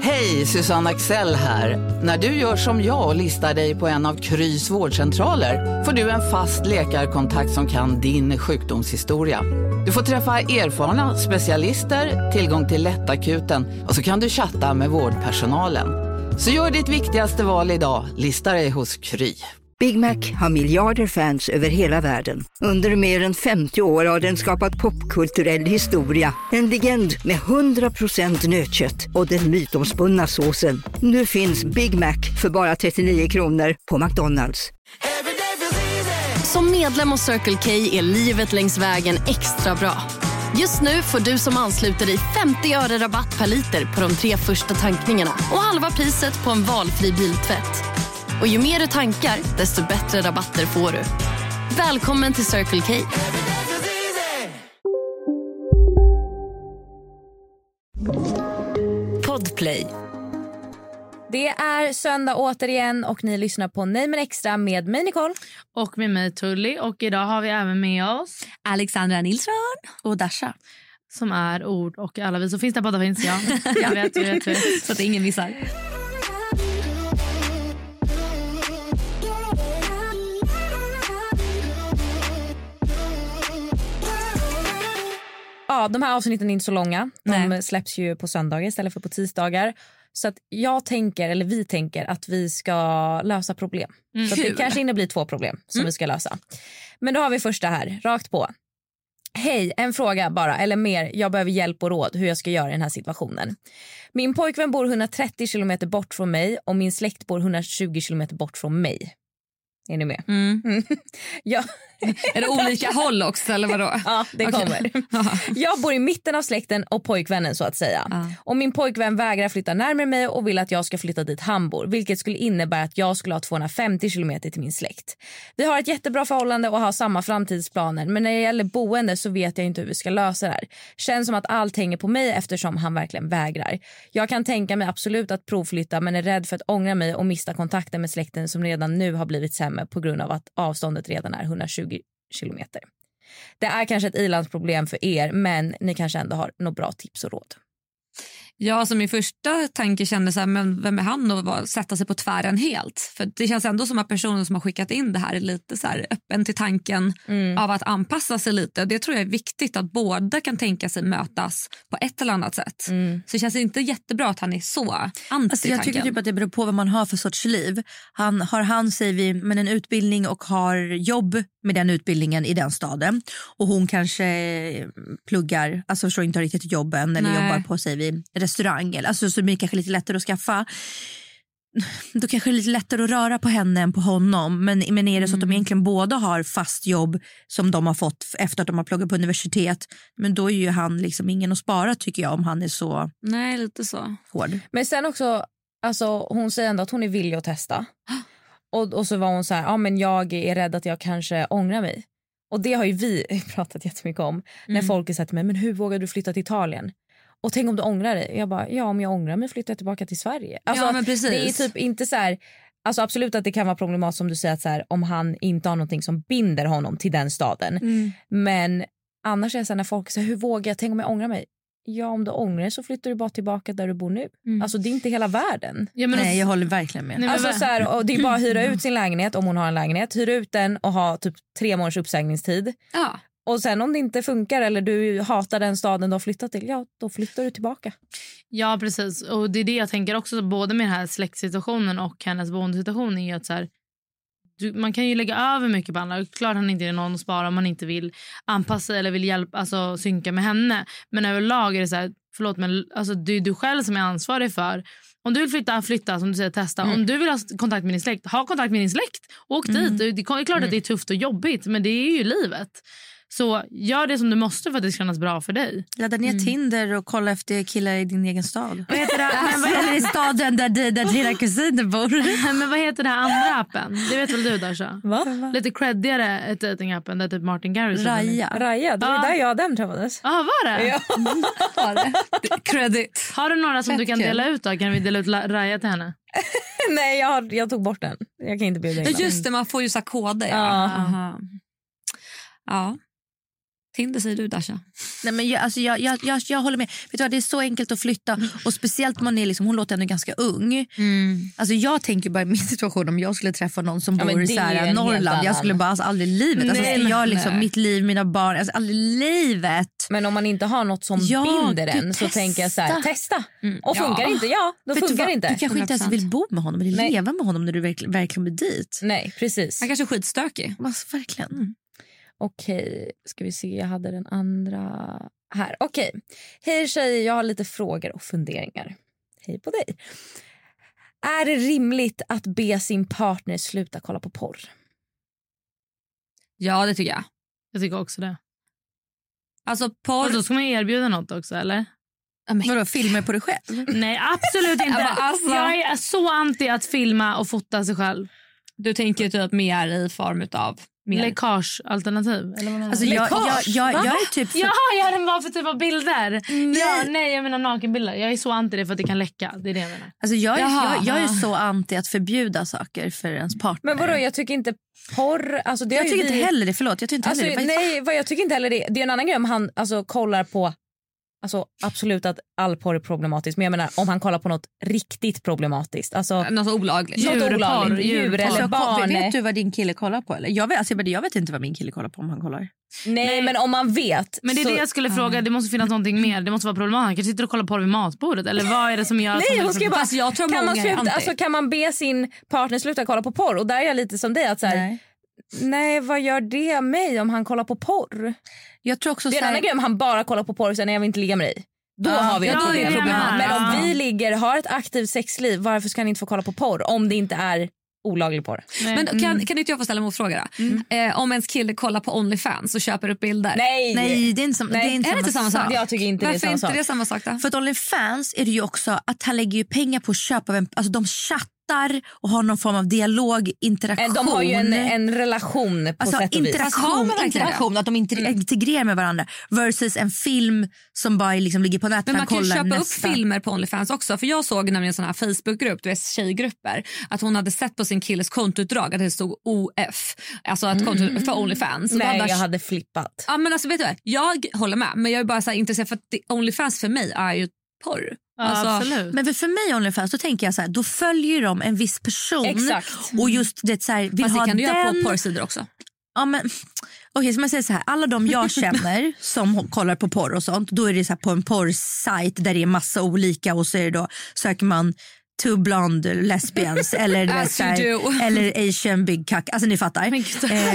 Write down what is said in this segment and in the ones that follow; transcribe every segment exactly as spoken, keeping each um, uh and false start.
Hej, Susanne Axel här. När du gör som jag och listar dig på en av Krys vårdcentraler får du en fast läkarkontakt som kan din sjukdomshistoria. Du får träffa erfarna specialister, tillgång till lättakuten och så kan du chatta med vårdpersonalen. Så gör ditt viktigaste val idag, lista dig hos Kry. Big Mac har miljarder fans över hela världen. Under mer än femtio år har den skapat popkulturell historia. En legend med hundra procent nötkött och den mytomspunna såsen. Nu finns Big Mac för bara trettionio kronor på McDonald's. Som medlem hos Circle K är livet längs vägen extra bra. Just nu får du som ansluter dig femtio öre rabatt per liter på de tre första tankningarna och halva priset på en valfri biltvätt. Och ju mer du tankar, desto bättre rabatter får du. Välkommen till Circle K. Podplay. Det är söndag återigen och ni lyssnar på Nej men extra med mig Nicole. Och med mig Tully. Och idag har vi även med oss Alexandra Nilsson och Dasha. Som är ord och alla vi som finns där på finns jag. Jag vet, jag vet, jag vet. Så att ingen missar. Ja, de här avsnitten är inte så långa. De Nej. släpps ju på söndagar istället för på tisdagar. Så att jag tänker, eller vi tänker att vi ska lösa problem. Mm. Så att det kanske inte blir två problem som mm. vi ska lösa. Men då har vi första här, rakt på. Hej, en fråga bara, eller mer, jag behöver hjälp och råd hur jag ska göra i den här situationen. Min pojkvän bor hundratrettio kilometer bort från mig och min släkt bor hundratjugo kilometer bort från mig. Är ni med? Mm. Mm. Ja. Är det olika håll också eller vadå? Ja, det kommer. Okay. Jag bor i mitten av släkten och pojkvännen så att säga. Uh. Och min pojkvän vägrar flytta närmare mig och vill att jag ska flytta dit han bor. Vilket skulle innebära att jag skulle ha tvåhundrafemtio kilometer till min släkt. Vi har ett jättebra förhållande och har samma framtidsplaner. Men när det gäller boende så vet jag inte hur vi ska lösa det här. Känns som att allt hänger på mig eftersom han verkligen vägrar. Jag kan tänka mig absolut att provflytta men är rädd för att ångra mig och mista kontakten med släkten som redan nu har blivit sämre på grund av att avståndet redan är hundratjugo kilometer. Det är kanske ett ilandsproblem för er, men ni kanske ändå har några bra tips och råd. Ja, som min första tanke kände så här, men vem är han att sätta sig på tvären helt? För det känns ändå som att personen som har skickat in det här är lite så här öppen till tanken mm. av att anpassa sig lite. Det tror jag är viktigt att båda kan tänka sig mötas på ett eller annat sätt. Mm. Så det känns inte jättebra att han är så anti alltså, jag tycker typ att det beror på vad man har för sorts liv. Han har han, säger vi, med en utbildning och har jobb med den utbildningen i den staden. Och hon kanske pluggar, alltså förstår inte riktigt jobben eller Nej. jobbar på, säger vi, restaurang. Alltså så blir det kanske lite lättare att skaffa. Då kanske det är lite lättare att röra på henne än på honom. Men, men är det så att de egentligen båda har fast jobb som de har fått efter att de har pluggat på universitet. Men då är ju han liksom ingen att spara tycker jag om han är så Nej, lite så hård. Men sen också, alltså, hon säger ändå att hon är villig att testa. Och, och så var hon så här, ja men jag är rädd att jag kanske ångrar mig. Och det har ju vi pratat jättemycket om. Mm. När folk har sagt till mig, men hur vågar du flytta till Italien? Och tänk om du ångrar dig. Jag bara, ja om jag ångrar mig flyttar jag tillbaka till Sverige. Alltså, ja, men precis. Det är typ inte så här, alltså absolut att det kan vara problematiskt som du säger att så här, om han inte har någonting som binder honom till den staden. Mm. Men annars är det så här, när folk säger, hur vågar jag, tänk om jag ångrar mig? Ja, om du ångrar dig så flyttar du bara tillbaka där du bor nu. Mm. Alltså det är inte hela världen. Ja, men Nej, jag håller verkligen med. Alltså så här, och det är bara att hyra ut sin lägenhet om hon har en lägenhet. Hyra ut den och ha typ tre månaders uppsägningstid. Ja. Och sen om det inte funkar eller du hatar den staden du har flyttat till, ja då flyttar du tillbaka. Ja precis, och det är det jag tänker också både med den här släktsituationen och hennes boendesituation är att så här, du, man kan ju lägga över mycket på andra. Klart han inte är någon att spara om man inte vill anpassa eller vill hjälpa, alltså synka med henne. Men överlag är det så här, förlåt men alltså, det är du själv som är ansvarig för. Om du vill flytta, flytta som du säger, testa. Mm. Om du vill ha kontakt med din släkt, ha kontakt med din släkt. Åk mm. dit, det är klart mm. att det är tufft och jobbigt, men det är ju livet. Så gör det som du måste för att det ska kännas bra för dig. Ladda ner mm. Tinder och kolla efter killar i din egen stad. Vad heter det? Eller i staden där, där dina kusiner bor. Men vad heter det här andra appen? Det vet väl du, Dasha? Va? Lite creddigare ett datingappen där typ Martin Garrix. Raja. Raja, det var ah. där jag och dem träffades. Ja, ah, var det? Ja. Var det? Credit. Har du några som Fett du kan dela ut då? Kan vi dela ut Raja till henne? Nej, jag, har, jag tog bort den. Jag kan inte bjuda in. Just det, man får ju så koder. Ja. Ja. Ja. Tinder säger du, Dasha. Nej, men jag, alltså jag, jag, jag, jag håller med. Vet du vad, det är så enkelt att flytta. Och speciellt man är liksom, hon låter ändå ganska ung. Mm. Alltså jag tänker bara i min situation om jag skulle träffa någon som ja, bor i så här, Norrland. Jag skulle bara, alltså, aldrig i livet. Alltså, nej, jag liksom, nej. Mitt liv, mina barn, alltså, aldrig i livet. Men om man inte har något som ja, binder en så tänker jag så här, testa. Mm. Och funkar ja. inte, ja, då Vet funkar du, inte. Du kanske inte ens vill bo med honom eller nej. leva med honom när du verkligen, verkligen blir dit. Nej, precis. Han kanske är skitstökig. Alltså, verkligen. Mm. Okej, ska vi se, jag hade den andra här. Okej, hej tjejer, jag har lite frågor och funderingar. Hej på dig. Är det rimligt att be sin partner sluta kolla på porr? Ja, det tycker jag. Jag tycker också det. Alltså porr... Och då ska man erbjuda något också, eller? Vadå, filmer på dig själv? Nej, absolut inte. Ja, alltså... Jag är så anti att filma och fota sig själv. Du tänker typ mer i form av läckage-alternativ? Alltså jag, jag, jag, jag är typ... För... Jaha, jag har en vad för typ av bilder? Nej. Ja, nej, jag menar nakenbilder. Jag är så anti det för att det kan läcka. Det är det jag menar. Alltså jag, Jaha, jag, jag är så anti att förbjuda saker för ens partner. Men vadå, jag tycker inte porr... Alltså det jag tycker vi... inte heller det, förlåt. Jag tycker inte alltså, heller det. Nej, vad jag tycker inte heller det. Det är en annan grej om han alltså, kollar på... Alltså absolut att all porr är problematisk. Men jag menar om han kollar på något riktigt problematiskt. Alltså något olagligt. Djur, olagligt. Djur, djur eller barn. Vet du vad din kille kollar på? Eller? Jag, vet, alltså, jag vet inte vad min kille kollar på om han kollar. Nej, Nej. men om man vet. Men det är så... det jag skulle fråga. Det måste finnas någonting mer. Det måste vara problematiskt. Han kanske sitter och kollar porr vid matbordet. Eller vad är det som gör... Nej, hon ska bara, alltså, jag tror kan, man sluta, alltså, kan man be sin partner sluta kolla på porr? Och där är jag lite som dig. Att så här, Nej. Nej, vad gör det mig om han kollar på porr? Jag tror också det är en här... annan grej om han bara kollar på porr och sen jag vill inte ligga med dig. Då ja, har vi ett ja, problem. problem. Men om vi ligger, har ett aktivt sexliv, varför ska ni inte få kolla på porr om det inte är olaglig porr? Nej. Men kan, mm. kan inte jag få ställa en motfråga då? Mm. Eh, om ens kille kollar på OnlyFans och köper upp bilder. Nej, Nej det är inte, som, Nej. Det är inte, är det inte samma sak. Jag tycker inte Varför det är samma inte sak. det samma sak då? För att OnlyFans är det ju också att han lägger ju pengar på att köpa en, alltså de chattar och har någon form av dialog, interaktion. De har ju en, en relation på alltså, sätt och vis. Interaktion, interaktion att de integrerar med varandra versus en film som bara liksom ligger på nätet. Men man kan köpa nästa. upp filmer på OnlyFans också. För jag såg nämligen en sån här Facebookgrupp, du vet, tjejgrupper, att hon hade sett på sin killes kontoutdrag att det stod O F. Alltså att kontot mm. för OnlyFans. Nej, bara, jag hade flippat. Ja, men alltså vet du vad? Jag håller med, men jag är bara så här intresserad för att OnlyFans för mig är ju porr. Ja, alltså, absolut. Men för mig OnlyFans så tänker jag så här, då följer de en viss person. Exakt. Och just det så här, vill fast ha det kan den... du göra på porrsidor också. Ja, men okej, okay, så man säger så här, alla de jag känner som kollar på porr och sånt, då är det så här på en porrsajt där det är massa olika och så är det då söker man two blonde lesbians eller det så här, eller Asian big cock. Alltså ni fattar. men,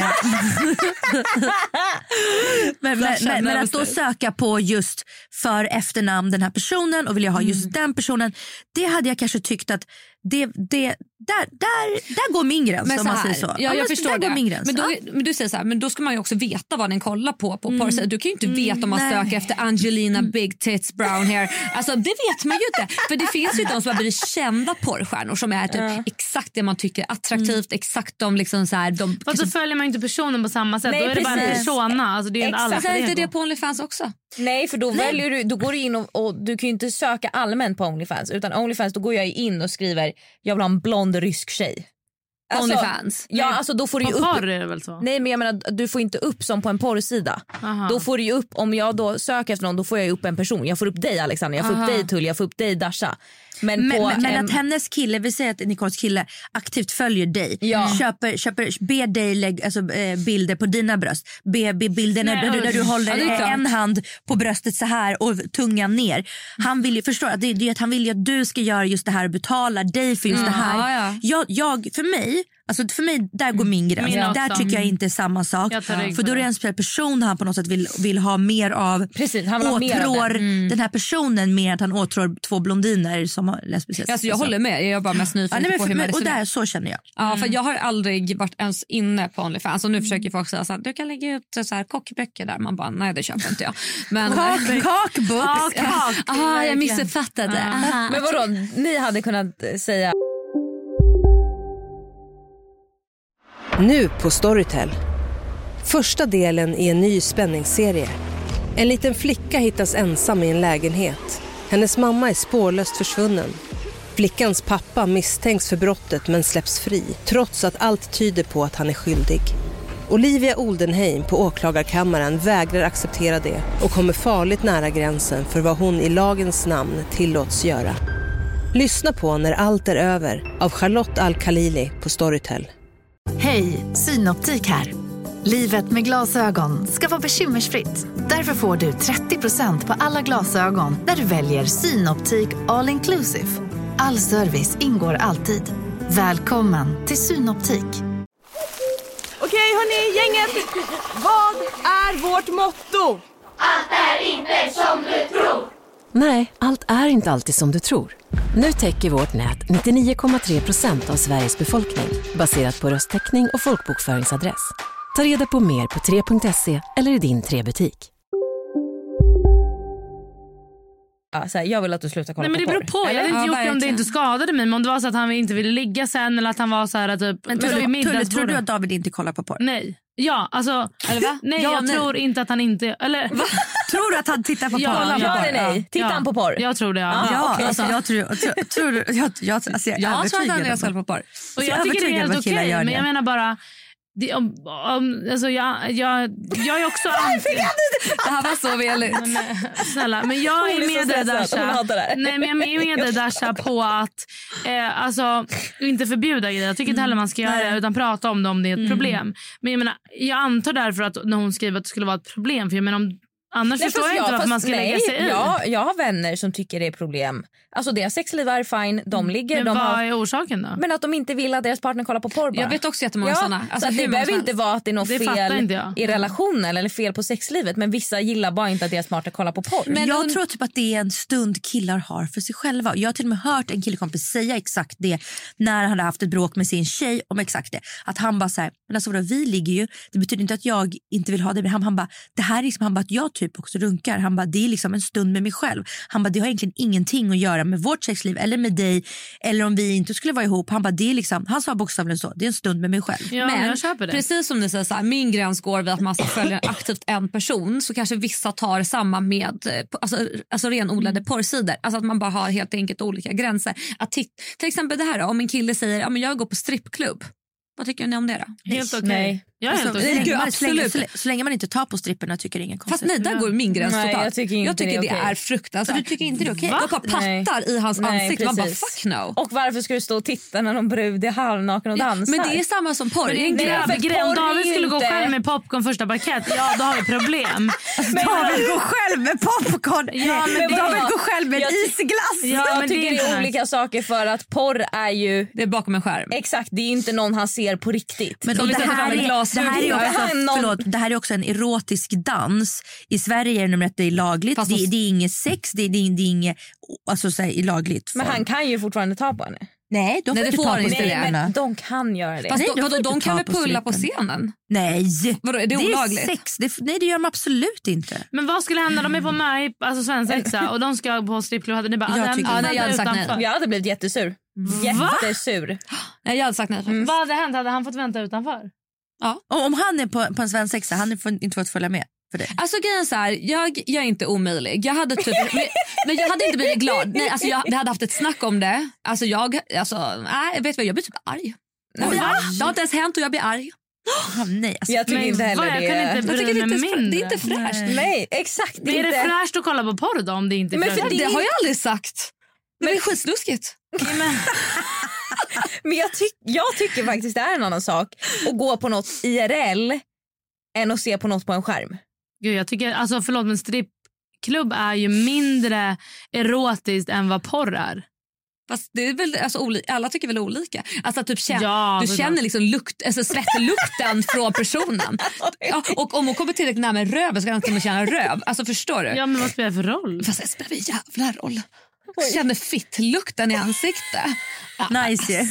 men, men, men att då söka på just för efternamn den här personen och vill jag ha just mm. den personen, det hade jag kanske tyckt att det, det, där, där, där går min gräns. Men om så man här, säger så. Ja, ja, jag förstår där det. Går min gräns. Men, då, men du säger så här, men då ska man ju också veta vad den kollar på på mm. porr. Du kan ju inte mm. veta om man Nej. söker efter Angelina mm. Big Tits Brown Hair. Alltså det vet man ju inte. För det finns ju de som har blivit kända porrstjärnor som är typ ja. exakt det man tycker är attraktivt, mm. exakt de liksom så här, de Fast så följer man inte personen på samma sätt. Nej, då är det precis. bara en persona. Alltså det är inte alla. Så är inte det på OnlyFans också? Nej, för då Nej. väljer du, då går du in och, och du kan ju inte söka allmänt på OnlyFans, utan OnlyFans då går jag in och skriver jag vill ha en blond rysk tjej. Alltså, OnlyFans? Ja, Nej. alltså då får du ju på upp. Porr är det väl så? Nej, men jag menar du får inte upp som på en porrsida. Aha. Då får du ju upp, om jag då söker efter någon, då får jag ju upp en person. Jag får upp dig Alexander, jag får Aha. upp dig Tull, jag får upp dig Dasha. Men, men, på men, men en... att hennes kille, vi säger att Nicoles kille aktivt följer dig, ja. köper, köper, ber dig lägga alltså, eh, bilder på dina bröst, be, be bilder Nej, där, där, där du håller ja, en hand på bröstet så här och tungan ner. Han vill ju förstå att, det, det, att han vill ju att du ska göra just det här och betala dig för just mm, det här. Ja, ja. Jag, jag, för mig Alltså för mig, där går min gräns. Min där tycker jag inte är samma sak. För då är det en speciell person han på något sätt vill, vill ha mer av. Precis, han vill åtrår ha mer av den. Mm. den här personen mer att han åtrår två blondiner som har lesbiska. Alltså jag håller med, jag är bara mest nyfiken ja, nej, på för, hur man och där så känner jag. Ja, för jag har aldrig varit ens inne på OnlyFans och nu försöker folk säga så här, du kan lägga ut så här kockböcker där. Man bara, nej det köper inte jag. Men kakbooks. Ja, jag missuppfattade. Aha. Men vadå, ni hade kunnat säga Nu på Storytel. Första delen i en ny spänningsserie. En liten flicka hittas ensam i en lägenhet. Hennes mamma är spårlöst försvunnen. Flickans pappa misstänks för brottet men släpps fri, trots att allt tyder på att han är skyldig. Olivia Oldenheim på åklagarkammaren vägrar acceptera det och kommer farligt nära gränsen för vad hon i lagens namn tillåts göra. Lyssna på När allt är över av Charlotte Al-Khalili på Storytel. Hej, Synoptik här. Livet med glasögon ska vara bekymmersfritt. Därför får du trettio procent på alla glasögon när du väljer Synoptik All Inclusive. All service ingår alltid. Välkommen till Synoptik. Okej hörni, gänget. Vad är vårt motto? Allt är inte som du tror. Nej, allt är inte alltid som du tror. Nu täcker vårt nät nittionio komma tre procent av Sveriges befolkning baserat på röstteckning och folkbokföringsadress. Ta reda på mer på tre punkt se eller i din tre-butik. Ja, så här, jag vill att du slutar kolla Nej, men på det beror på. Jag hade inte ja, gjort det om det inte skadade mig. Men om det var så att han inte ville ligga sen eller att han var så här typ... Men tror, du, Tulle, tror du att David inte kollar på porr? Nej. Ja, alltså... Eller va? Nej, ja, jag nej. tror inte att han inte... Eller... Va? Tror du att han tittar på porr? Ja, Ja, ja, nej. Tittar ja. han på porr? Jag tror det, ja. Ja, okay. alltså, jag tror... Jag, tror, tror, jag, jag, jag, alltså, jag är Jag tror att han övertygad är om- själv på porr. Och jag jag är tycker det är övertygad om helt att killar okej. gör Men det. jag menar bara... Det, om, om, alltså jag, jag, jag är också anti... Det här var så veligt. Men, snälla, men jag är med dig Dasha. Nej, men jag är med dig Dasha på att eh, alltså, inte förbjuda grejer. Jag tycker inte heller man ska göra det utan prata om det om det är ett Mm. problem. Men jag menar, jag antar därför att när hon skriver att det skulle vara ett problem, för jag menar om annars Nej, förstår fast jag inte varför fast man ska nej, lägga sig i. Ja, jag har vänner som tycker det är problem. Alltså deras sexliv är fine, de ligger... Men de vad har... är orsaken då? Men att de inte vill att deras partner kollar på porr bara. Jag vet också jättemånga ja, sådana. Alltså, så att hur det många behöver som inte helst. vara att det är något Det fattar inte jag. fel i relationen eller fel på sexlivet. Men vissa gillar bara inte att deras partner kollar på porr. Men jag hon- tror typ att det är en stund killar har för sig själva. Jag har till och med hört en killekompis säga exakt det när han hade haft ett bråk med sin tjej om exakt det. Att han bara så här, men alltså vadå, vi ligger ju, det betyder inte att jag inte vill ha det. Men han, han bara, det här är liksom, han bara att jag typ också runkar. Han bara, det är liksom en stund med mig själv. Han bara, det har egentligen ingenting att göra med vårt sexliv eller med dig eller om vi inte skulle vara ihop. Han bara, det är liksom, han sa bokstavligen så, det är en stund med mig själv. Ja, men jag köper det. Precis som ni säger, så här, min gräns går vid att man ska följa aktivt en person, så kanske vissa tar samma med eh, alltså, alltså renodlade porrsidor. Alltså att man bara har helt enkelt olika gränser. Att titt- till exempel det här då, om en kille säger ja, men jag går på strippklubb. Vad tycker ni om det då? Helt okej. Nej. Jag är helt Alltså, okej. så, länge man, så, absolut. länge, så, länge, så länge man inte tar på stripperna tycker ingen Fast konstigt. nej, där går min gräns Nej, totalt. jag tycker inte jag tycker det det är okej. är fruktansvärt. Så du tycker inte det är okej? De bara pattar Nej. i hans Nej, ansikte. Man bara precis. fuck no. Och varför ska du stå och titta när någon brud är halvnaken och dansar? Men det är samma som porr. Men det är egentligen. en Nej, för grej. Om porr är David ju skulle gå inte- själv med popcorn första parkett, ja då har vi problem. David går själv med popcorn. Ja, men men det- David går själv med Jag ty- isglass. Ja, jag men tycker det är det inte är olika saker för att porr är ju... Det är bakom en skärm. Exakt, det är inte någon han ser på riktigt. Men Som och vi det, sätter här fram en är, glasrör. det, här är Ja, också, ja, någon- förlåt, det här är också en erotisk dans. I Sverige är det nummer ett, det är lagligt. Fast Det, hos- det är inget sex, det, det, det är inget alltså, så här, i lagligt Men form. han kan ju fortfarande ta på henne. Nej, de får Nej, det inte får ta han på inte. Nej, stripperna. men de kan göra det. Fast Nej, de, de får vadå, inte de kan ta väl på pulla på strippen. scenen? Nej, Vadå, är det det är olagligt? sex. Det, nej, det gör de absolut inte. Men vad skulle hända? De är på mig, alltså svensexa, och de ska på strippklubb. Hade ni bara, Jag ah, tycker- den- Ja, nej, jag hade sagt nej. utanför. Jag hade blivit jättesur. Jättesur. Nej, jag hade sagt nej. Mm. Vad hade hänt? Hade han fått vänta utanför? Om, om han är på, på en svensexa, han får inte fått följa med för det. Alltså grejen är så här, jag, jag är inte omöjlig. Jag hade typ, men, men jag hade inte blivit glad. Nej, alltså jag, jag hade haft ett snack om det. Alltså jag, alltså, nej, jag vet vad, jag blir typ arg. Jag blir arg. Det har inte ens hänt och jag blir arg. Ah, nej, alltså, Jag tycker Men inte heller vad, jag det. kan inte Jag bry tycker det är mig inte, mindre. det är inte fräscht. Nej, exakt. Men är det inte. fräscht att kolla på porr då om det inte är Men för fräscht? Det har jag aldrig sagt. Det är skitsnuskigt. Men, Men jag, tyck, jag tycker faktiskt det är en annan sak att gå på något I R L än att se på något på en skärm. gud, jag tycker, alltså förlåt, men strippklubb är ju mindre erotiskt än vad porr är. Fast det är väl, alltså, oli- alla tycker väl olika. Alltså typ känn, Ja, du det är känner klart. liksom lukt, alltså svettlukten från personen. Ja, och om hon kommer tillräckligt nära med röv så kan hon inte känna röv. Alltså förstår du? Ja, men vad spelar det för roll? Fast det spelar väl jävla roll. Jag känner fittlukten i ansiktet. nice ju.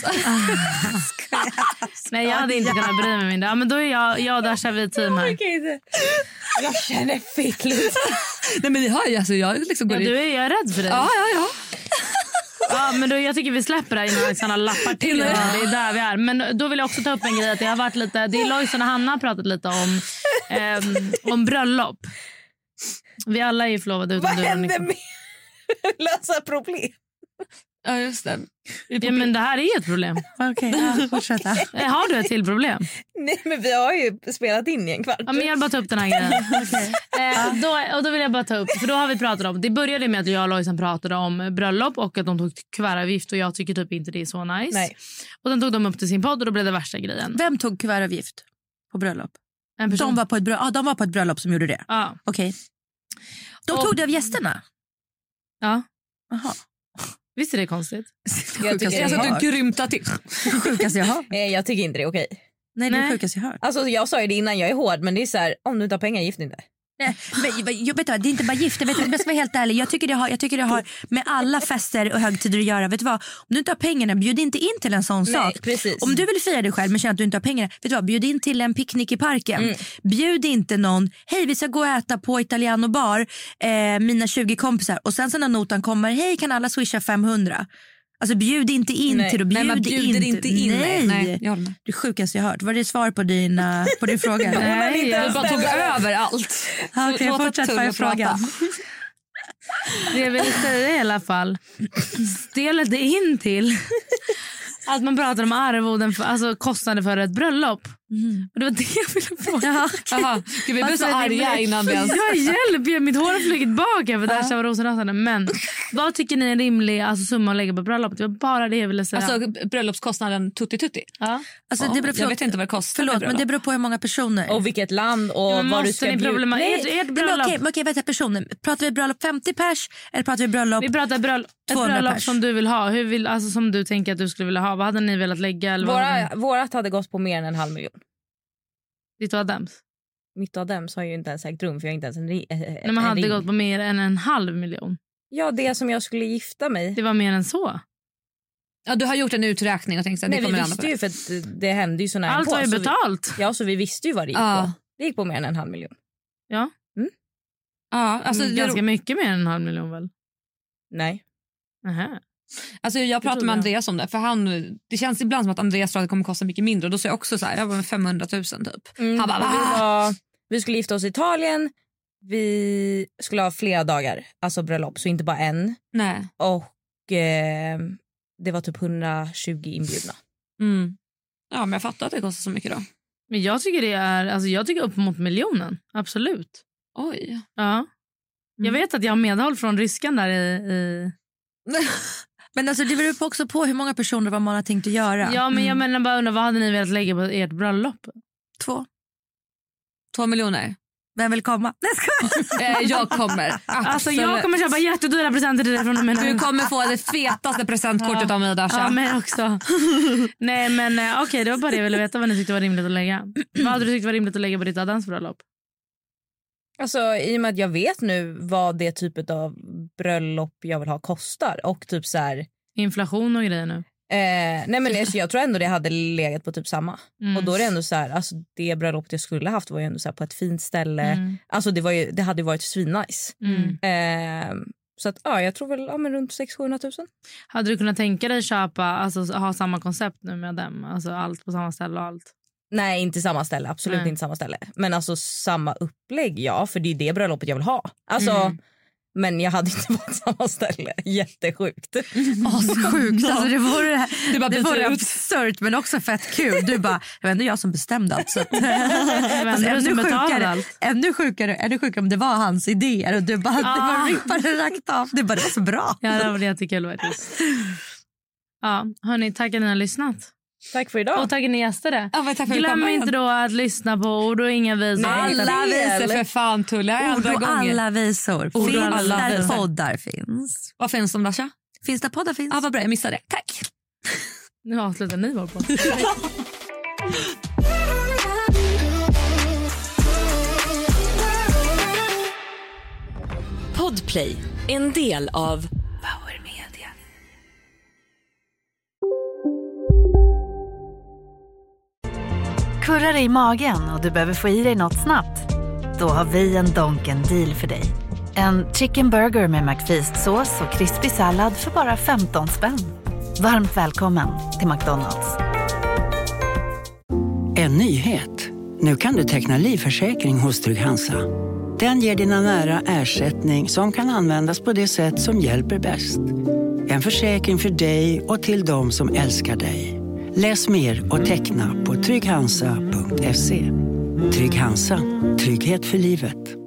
Nej, jag hade inte kunnat bry mig mindre. Ja, men då är jag, jag och Dasha vi team här. Jag känner fittlut. Nej men det har jag, alltså jag liksom går Ja, in. du är jag är rädd för dig. Ja, ja, ja. Ja, men då, jag tycker vi släpper det här innan Alexandra lappar till. Det är där vi är. Men då vill jag också ta upp en grej. Att det har varit lite, det är Lojsan och Hanna har pratat lite om, ehm, om bröllop. Vi alla är ju förlovade utom Vad du och händer Nico. med lösa problem? Ja, just det. Ja, men det här är ett problem. Okej, okay, ja, fortsätta. Har du ett till problem? Nej, men vi har ju spelat in i en kvart. Ja, men jag vill bara ta upp den här grejen. Okay. Eh, då, och då vill jag bara ta upp, för då har vi pratat om, det började med att jag och Lojsan pratade om bröllop och att de tog kuvertavgift och jag tycker typ inte det är så nice. Nej. Och sen tog de upp till sin podd och då blev det värsta grejen. Vem tog kuvertavgift på bröllop? En person. De var på ett bröllop, ah, de var på ett bröllop som gjorde det? Ja. Okej. Okay. De och, tog det av gästerna? Ja. Jaha. Visst är det konstigt? Jag tycker jag att du grymtar till. Sjukaste jag har. Nej, jag tycker inte det är okej. Nej, det är sjukaste jag har. Alltså, jag sa ju det innan, jag är hård, men det är så här, om du inte har pengar, gift inte. Nej, men, jag vet vad, det är inte bara gift. Jag, vet, jag ska vara helt ärlig. Jag tycker, det har, jag tycker det har med alla fester och högtider att göra. Vet du vad? Om du inte har pengarna, bjud inte in till en sån Nej, sak. Precis. Om du vill fira dig själv men känner att du inte har pengarna, vet du vad? Bjud in till en picknick i parken. Mm. Bjud inte någon, hej vi ska gå och äta på Italiano bar, eh, mina tjugo kompisar. Och sen så när notan kommer, hej kan alla swisha femhundra? Alltså bjud inte in nej. till och bjud nej, man bjuder inte, inte in. Nej, nej. Jag det sjukaste jag hört. Var det svar på din, uh, på din fråga? Nej, jag bara tog över allt. Okej, okay, fortsätt på frågan. Det jag vill säga i alla fall, stelet är in till att man pratar om arvoden, för, alltså kostnader för ett bröllop. Mm. Och det var det jag ville fråga. Jaha, vi blev så arga innan vi ens... Jag hjälp, mitt hår har flugit bak över där så rosenrasande. Men vad tycker ni är en rimlig alltså, summa att lägga på bröllop? Det var bara det jag ville säga. Alltså bröllopskostnaden tutti-tutti? Ja. Alltså, ja, det beror, jag vet inte vad det kostar. Förlåt, men det beror på hur många personer. Och vilket land och ja, vad du ska bjuda. Nej, ert, ert bröllop. Okej, okej, vänta, personer. Pratar vi bröllop femtio pers eller pratar vi bröllop Vi pratar bröllop, ett bröllop pers. Som du vill ha. Hur vill, alltså, som du tänker att du skulle vilja ha. Vad hade ni velat lägga? Eller Våra, hade ni... Vårat hade gått på mer än en halv miljon. Ditt och Adams? Mitt och Adams har ju inte ens ägt rum för jag är inte ens en, ri- en Nej, man hade ring. gått på mer än en halv miljon. Ja, det som jag skulle gifta mig. Det var mer än så. Ja, du har gjort en uträkning och tänkt att det Nej, kommer vi visste ju för att det, det hände ju så nära. Allt var ju betalt. Vi, ja, så vi visste ju vad det gick ja. på. Det gick på mer än en halv miljon. Ja. Mm. Ja, alltså mm, ganska mycket mer än en halv miljon väl? Nej. Aha. Alltså jag pratade med Andreas om det, för han, det känns ibland som att Andreas tror att det kommer kosta mycket mindre och då sa jag också så här, jag var femhundratusen typ. Mm, han bara, vi, var, vi skulle gifta oss i Italien, vi skulle ha flera dagar, alltså bröllop, så inte bara en. Nej. Och eh, det var typ hundratjugo inbjudna. Mm. Ja, men jag fattar att det kostar så mycket då. Men jag tycker det är, alltså jag tycker upp mot miljonen, absolut. Oj. Ja. Mm. Jag vet att jag har medhåll från ryskan där i... i... Men alltså det beror också på hur många personer vad man har tänkt att göra. Ja, men jag mm. menar bara undrar, vad hade ni velat lägga på ert bröllop? Två. Två miljoner. Vem vill komma? Nej, jag, jag kommer. Alltså jag kommer köpa jättedyra presenter till dig från mig. Du kommer få det fetaste presentkortet ja. av mig, Dasha. Ja, men också. Nej, men okej, okay, det var bara det jag ville veta vad ni tyckte var rimligt att lägga. Vad hade du tyckt var rimligt att lägga på ditt Adams bröllop? Alltså i och med att jag vet nu vad det typet av bröllop jag vill ha kostar och typ så här inflation och grejer nu. Eh, nej men alltså, jag tror ändå det hade legat på typ samma. Mm. Och då är det ändå så här, alltså det bröllopet jag skulle haft var ju ändå så här på ett fint ställe. Mm. Alltså det var ju, det hade ju varit svinnice. Mm. Eh, så att ja, jag tror väl ja, men runt sex till sjuhundratusen. Hade du kunnat tänka dig köpa, alltså ha samma koncept nu med dem, alltså allt på samma ställe och allt? Nej, inte samma ställe, absolut Nej. inte samma ställe. Men alltså samma upplägg, ja, för det är det bröllopet jag vill ha. Alltså mm. Men jag hade inte varit samma ställe. Jättesjukt. Assjukt. Alltså det vore, det bara det vore absurt men också fett kul. Du bara, det var ändå jag som bestämde allt. Så att, alltså, ännu, sjukare, allt. ännu sjukare ännu sjukare om det var hans idéer. Och du bara, ah. det var rippade rakt av. Det bara, det var så bra. Ja, det var jättekul faktiskt. Ja, hörni, tack att ni har lyssnat. Tack för idag. Och tack att ni gästade. Ja, tack för Glöm inte då att lyssna på Ord och inga visor. Alla visor för fan, Tulla. Ord och alla visor. Ord finns alla där visor. Poddar finns. Vad finns de, Dasha? Finns där poddar finns. Ja, vad bra, jag missade det. Tack. Nu avslutar ni vår podd. Podplay, en del av Power Media. Kurrar dig i magen och du behöver få i dig något snabbt? Då har vi en Donken deal för dig. En chicken burger med McFeast-sås och krispig sallad för bara femton spänn. Varmt välkommen till McDonald's. En nyhet. Nu kan du teckna livförsäkring hos Trygg-Hansa. Den ger dina nära ersättning som kan användas på det sätt som hjälper bäst. En försäkring för dig och till de som älskar dig. Läs mer och teckna på trygg hansa punkt se. Trygg Hansa. Trygghet för livet.